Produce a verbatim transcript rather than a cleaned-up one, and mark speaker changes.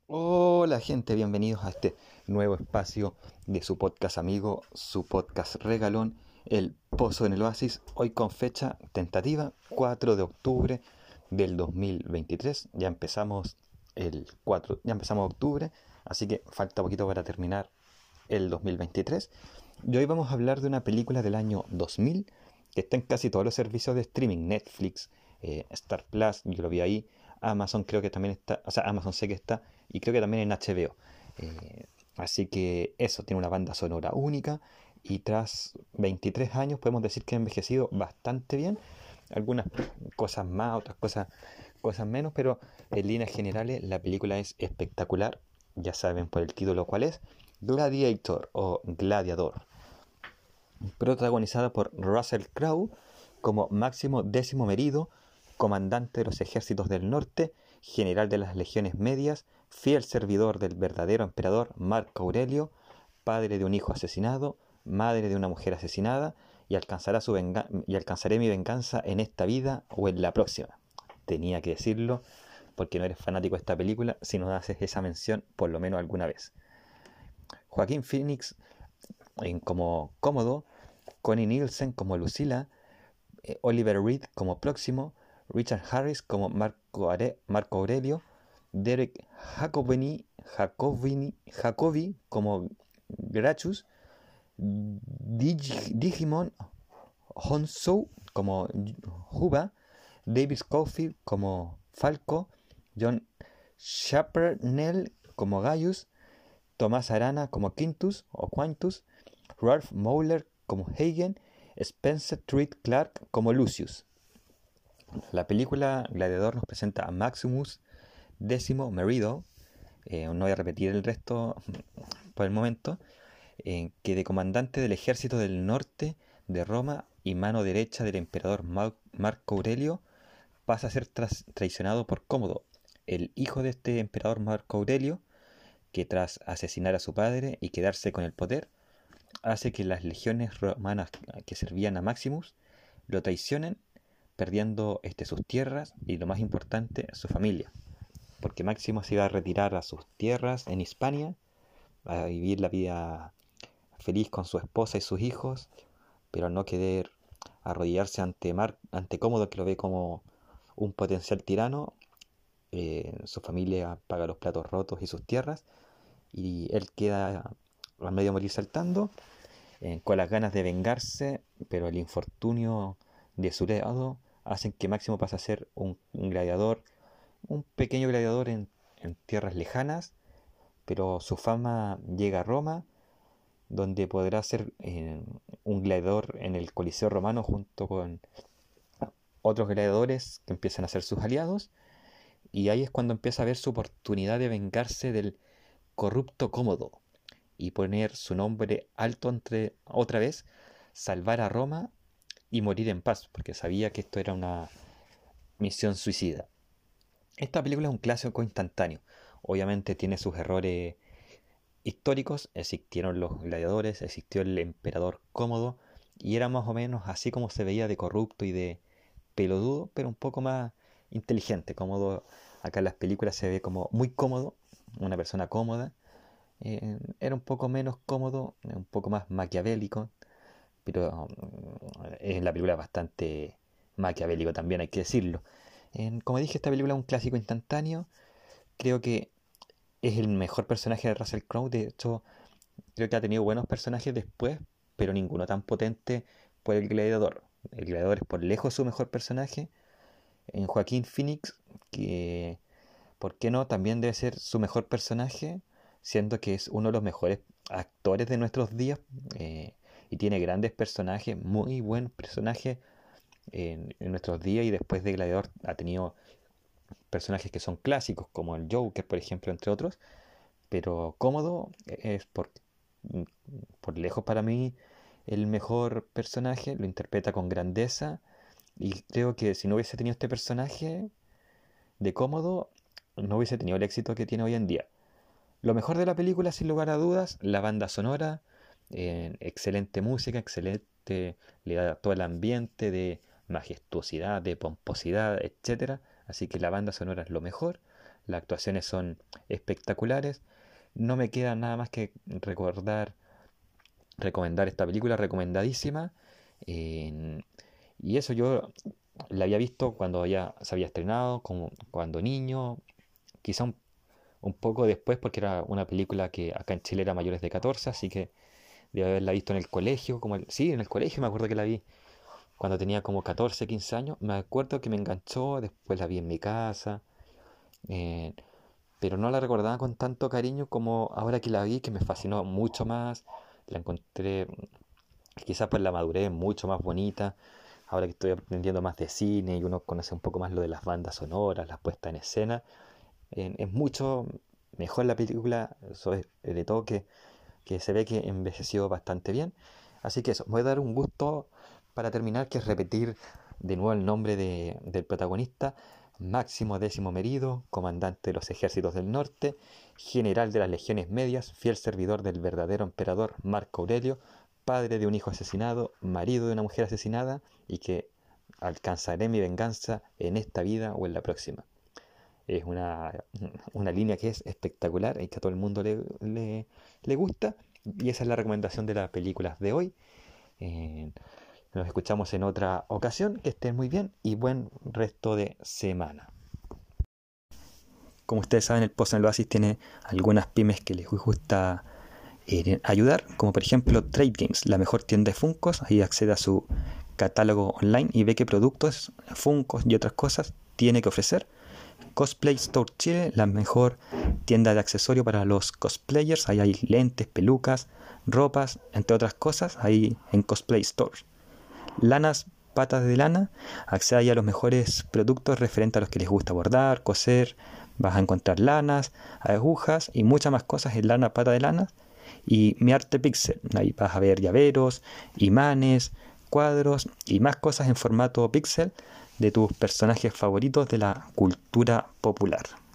Speaker 1: Hola gente, bienvenidos a este nuevo espacio de su podcast amigo, su podcast regalón, El Pozo en el Oasis, hoy con fecha tentativa cuatro de octubre del dos mil veintitrés. Ya empezamos el cuatro, ya empezamos octubre, así que falta poquito para terminar el dos mil veintitrés. Y hoy vamos a hablar de una película del año dos mil que está en casi todos los servicios de streaming, Netflix, eh, Star Plus, yo lo vi ahí, Amazon creo que también está, o sea, Amazon sé que está, y creo que también en H B O. Eh, así que eso, tiene una banda sonora única y tras veintitrés años podemos decir que ha envejecido bastante bien. Algunas cosas más, otras cosas, cosas menos, pero en líneas generales la película es espectacular. Ya saben por el título cuál es. Gladiator o Gladiador, protagonizada por Russell Crowe como Máximo Décimo Merido, comandante de los ejércitos del norte, general de las legiones medias, fiel servidor del verdadero emperador Marco Aurelio, padre de un hijo asesinado, madre de una mujer asesinada, y, alcanzará su venga y alcanzaré mi venganza en esta vida o en la próxima. Tenía que decirlo porque no eres fanático de esta película si no haces esa mención por lo menos alguna vez. Joaquín Phoenix en como Cómodo, Connie Nielsen como Lucila, eh, Oliver Reed como Próximo, Richard Harris como Marco, Are- Marco Aurelio, Derek Jacobini, Jacobini, Jacobi como Grachus, Dig- Digimon Honsou como Juba, David Scofield como Falco, John Chaparnell como Gaius, Tomás Arana como Quintus o Quintus, Ralph Mauler como Hagen, Spencer Treat Clark como Lucius. La película Gladiador nos presenta a Maximus Décimo Merido, eh, no voy a repetir el resto por el momento, eh, que de comandante del ejército del norte de Roma y mano derecha del emperador Mar- Marco Aurelio, pasa a ser tras- traicionado por Cómodo, el hijo de este emperador Marco Aurelio, que tras asesinar a su padre y quedarse con el poder, hace que las legiones romanas que servían a Maximus lo traicionen, perdiendo este, sus tierras y, lo más importante, su familia. Porque Máximo se iba a retirar a sus tierras en Hispania, a vivir la vida feliz con su esposa y sus hijos, pero al no querer arrodillarse ante, Mar ante Cómodo, que lo ve como un potencial tirano, eh, su familia paga los platos rotos y sus tierras, y él queda a medio morir saltando, eh, con las ganas de vengarse, pero el infortunio de su legado hacen que Máximo pase a ser un, un gladiador, un pequeño gladiador en, en tierras lejanas, pero su fama llega a Roma, donde podrá ser eh, un gladiador en el Coliseo romano junto con otros gladiadores que empiezan a ser sus aliados, y ahí es cuando empieza a ver su oportunidad de vengarse del corrupto Cómodo y poner su nombre alto entre otra vez, salvar a Roma y morir en paz, porque sabía que esto era una misión suicida. Esta película es un clásico instantáneo. Obviamente tiene sus errores históricos, existieron los gladiadores, existió el emperador Cómodo, y era más o menos así como se veía de corrupto y de pelodudo, pero un poco más inteligente. Cómodo, acá en las películas se ve como muy cómodo, una persona cómoda. Eh, era un poco menos cómodo, un poco más maquiavélico, pero mm, en la película es bastante maquiavélico también, hay que decirlo. En- como dije, esta película es un clásico instantáneo. Creo que es el mejor personaje de Russell Crowe. De hecho, creo que ha tenido buenos personajes después, pero ninguno tan potente por el Gladiador. El Gladiador es por lejos su mejor personaje. En Joaquín Phoenix, que ¿por qué no? También debe ser su mejor personaje, siendo que es uno de los mejores actores de nuestros días, eh, y tiene grandes personajes, muy buen personaje en, en nuestros días, y después de Gladiador ha tenido personajes que son clásicos, como el Joker, por ejemplo, entre otros, pero Cómodo es por, por lejos para mí el mejor personaje, lo interpreta con grandeza, y creo que si no hubiese tenido este personaje de Cómodo, no hubiese tenido el éxito que tiene hoy en día. Lo mejor de la película, sin lugar a dudas, la banda sonora, eh, excelente música, excelente, le da todo el ambiente de majestuosidad, de pomposidad, etcétera. Así que la banda sonora es lo mejor. las actuaciones son espectaculares. No me queda nada más que recordar, recomendar esta película, recomendadísima. Eh, y eso yo la había visto cuando ya se había estrenado, como cuando niño, quizá un, un poco después, porque era una película que acá en Chile era mayores de catorce, así que debe haberla visto en el colegio, como el- sí, en el colegio me acuerdo que la vi cuando tenía como catorce quince años. Me acuerdo que me enganchó, después la vi en mi casa, eh, pero no la recordaba con tanto cariño como ahora que la vi, que me fascinó mucho más. La encontré, quizás por la madurez, mucho más bonita. Ahora que estoy aprendiendo más de cine y uno conoce un poco más lo de las bandas sonoras, las puestas en escena, eh, es mucho mejor la película, sobre de todo que, que se ve que envejeció bastante bien. Así que eso, voy a dar un gusto para terminar, que es repetir de nuevo el nombre de- del protagonista: Máximo Décimo Merido, comandante de los ejércitos del norte, general de las legiones medias, fiel servidor del verdadero emperador Marco Aurelio, padre de un hijo asesinado, marido de una mujer asesinada, y que alcanzaré mi venganza en esta vida o en la próxima. Es una, una línea que es espectacular y que a todo el mundo le, le, le gusta. Y esa es la recomendación de las películas de hoy. Eh, nos escuchamos en otra ocasión. Que estén muy bien y buen resto de semana. Como ustedes saben, el Pozo en el Oasis tiene algunas pymes que les gusta eh, ayudar, como por ejemplo Trade Games, la mejor tienda de Funkos. Ahí accede a su catálogo online y ve qué productos, Funkos y otras cosas tiene que ofrecer. Cosplay Store Chile, la mejor tienda de accesorios para los cosplayers. Ahí hay lentes, pelucas, ropas, entre otras cosas, ahí en Cosplay Store. Lanas Patas de Lana, accede ahí a los mejores productos referentes a los que les gusta bordar, coser. Vas a encontrar lanas, agujas y muchas más cosas en Lana Pata de Lana. Y Mi Arte Pixel, ahí vas a ver llaveros, imanes, cuadros y más cosas en formato pixel de tus personajes favoritos de la cultura popular.